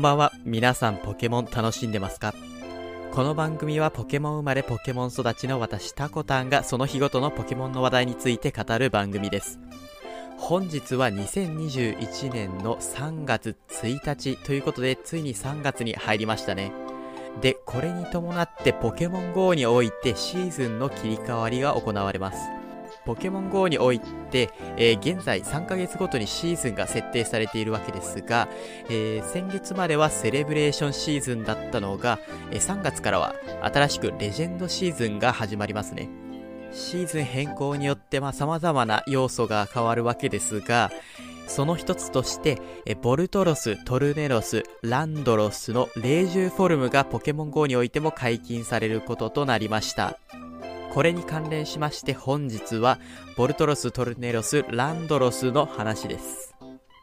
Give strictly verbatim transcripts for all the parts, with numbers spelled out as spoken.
ばんは。皆さんポケモン楽しんでますか？この番組はポケモン生まれポケモン育ちの私タコタンがその日ごとのポケモンの話題について語る番組です。本日はにせんにじゅういちねんのさんがつついたちということで、ついにさんがつに入りましたね。で、これに伴ってポケモン ゴー においてシーズンの切り替わりが行われます。ポケモン ゴー において、えー、現在さんかげつごとにシーズンが設定されているわけですが、えー、先月まではセレブレーションシーズンだったのが、えー、さんがつからは新しくレジェンドシーズンが始まりますね。シーズン変更によってまあ様々な要素が変わるわけですが、その一つとしてえボルトロス、トルネロス、ランドロスの霊獣フォルムがポケモン ゴー においても解禁されることとなりました。これに関連しまして本日はボルトロス、トルネロス、ランドロスの話です。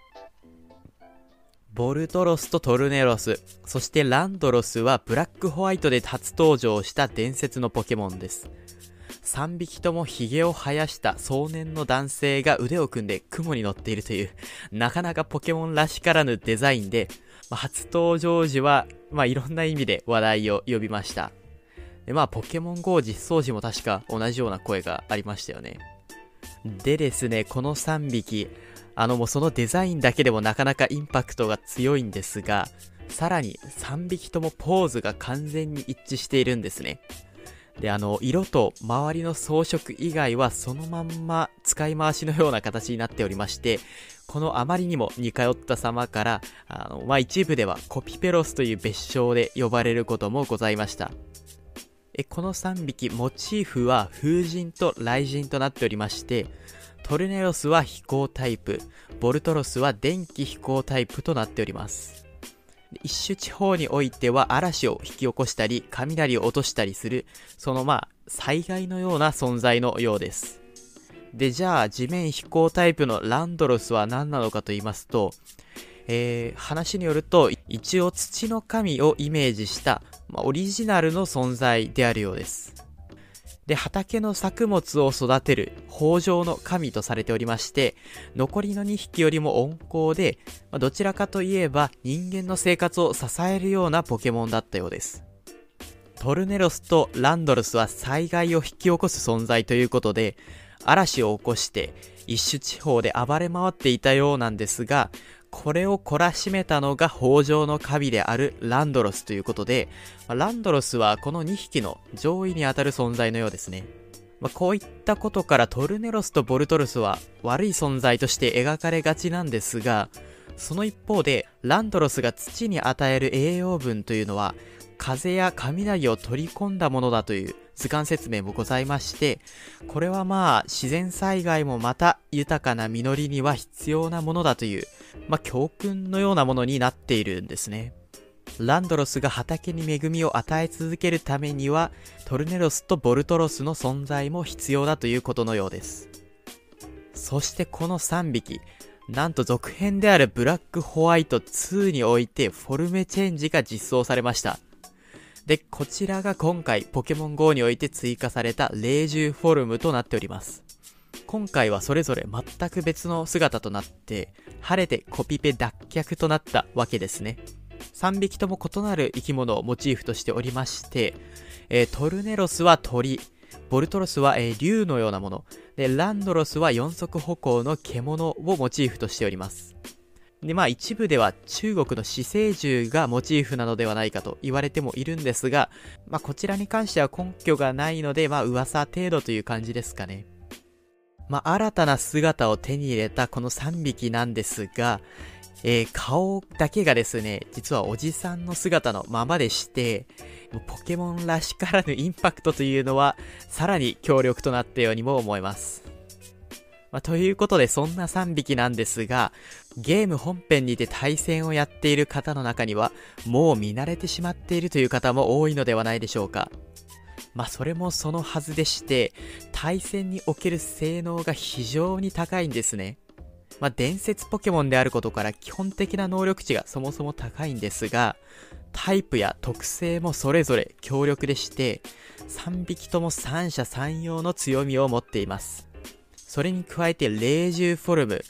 ボルトロスとトルネロス、そしてランドロスはブラックホワイトで初登場した伝説のポケモンです。さんびきともヒゲを生やした壮年の男性が腕を組んで雲に乗っているという、なかなかポケモンらしからぬデザインで、まあ、初登場時は、まあ、いろんな意味で話題を呼びました。で、まあ、ポケモン ゴー 実装時も確か同じような声がありましたよね。でですね、このさんびき、あのもうそのデザインだけでもなかなかインパクトが強いんですが、さらにさんびきともポーズが完全に一致しているんですね。で、あの、色と周りの装飾以外はそのまんま使い回しのような形になっておりまして、このあまりにも似通った様から、あの、まあ、一部ではコピペロスという別称で呼ばれることもございました。えこのさんびき、モチーフは風神と雷神となっておりまして、トルネロスは飛行タイプ、ボルトロスは電気飛行タイプとなっております。一種地方においては嵐を引き起こしたり雷を落としたりする、そのまあ災害のような存在のようです。で、じゃあ地面飛行タイプのランドロスは何なのかと言いますと、えー、話によると一応土の神をイメージした、まあ、オリジナルの存在であるようです。で、畑の作物を育てる豊穣の神とされておりまして、残りのにひきよりも温厚で、まあ、どちらかといえば人間の生活を支えるようなポケモンだったようです。トルネロスとランドロスは災害を引き起こす存在ということで、嵐を起こして一種地方で暴れ回っていたようなんですが、これを懲らしめたのが豊穣の神であるランドロスということで、まあ、ランドロスはこのにひきの上位にあたる存在のようですね。まあ、こういったことからトルネロスとボルトロスは悪い存在として描かれがちなんですが、その一方でランドロスが土に与える栄養分というのは風や雷を取り込んだものだという図鑑説明もございまして、これはまあ自然災害もまた豊かな実りには必要なものだという、まあ教訓のようなものになっているんですね。ランドロスが畑に恵みを与え続けるためにはトルネロスとボルトロスの存在も必要だということのようです。そしてこのさんびき、なんと続編であるブラックホワイトツーにおいてフォルメチェンジが実装されました。で、こちらが今回ポケモン ゴー において追加された霊獣フォルムとなっております。今回はそれぞれ全く別の姿となって晴れてコピペ脱却となったわけですね。さんびきとも異なる生き物をモチーフとしておりまして、えー、トルネロスは鳥、ボルトロスは、えー、竜のようなもので、ランドロスは四足歩行の獣をモチーフとしております。で、まあ一部では中国の死生獣がモチーフなのではないかと言われてもいるんですが、まあこちらに関しては根拠がないので、まあ噂程度という感じですかね。まあ新たな姿を手に入れたこのさんびきなんですが、えー、顔だけがですね、実はおじさんの姿のままでして、ポケモンらしからぬインパクトというのはさらに強力となったようにも思います。まあ、ということでそんなさんびきなんですが、ゲーム本編にて対戦をやっている方の中にはもう見慣れてしまっているという方も多いのではないでしょうか。まあそれもそのはずでして、対戦における性能が非常に高いんですね。まあ伝説ポケモンであることから基本的な能力値がそもそも高いんですが、タイプや特性もそれぞれ強力でして、さんびきとも三者三様の強みを持っています。それに加えて霊獣フォルム、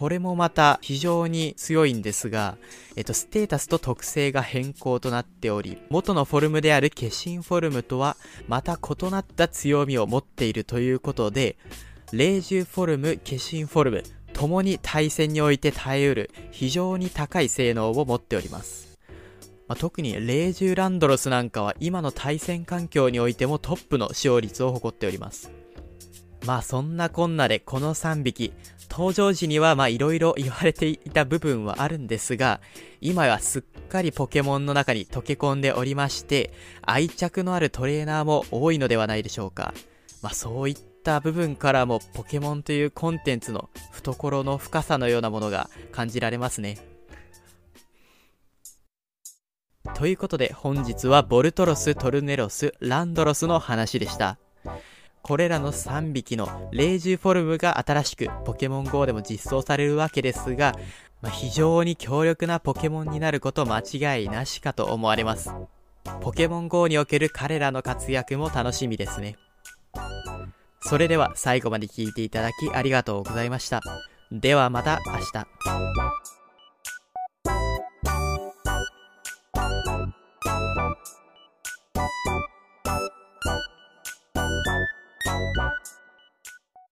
これもまた非常に強いんですが、えっと、ステータスと特性が変更となっており、元のフォルムである化身フォルムとはまた異なった強みを持っているということで、霊獣フォルム、化身フォルム、ともに対戦において耐えうる非常に高い性能を持っております。まあ、特に霊獣ランドロスなんかは今の対戦環境においてもトップの使用率を誇っております。まあそんなこんなでこのさんびき、登場時にはまあいろいろ言われていた部分はあるんですが、今はすっかりポケモンの中に溶け込んでおりまして、愛着のあるトレーナーも多いのではないでしょうか。まあそういった部分からもポケモンというコンテンツの懐の深さのようなものが感じられますね。ということで本日はボルトロス、トルネロス、ランドロスの話でした。これらのさんびきの霊獣フォルムが新しくポケモン ゴー でも実装されるわけですが、まあ、非常に強力なポケモンになること間違いなしかと思われます。ポケモン ゴー における彼らの活躍も楽しみですね。それでは最後まで聞いていただきありがとうございました。ではまた明日。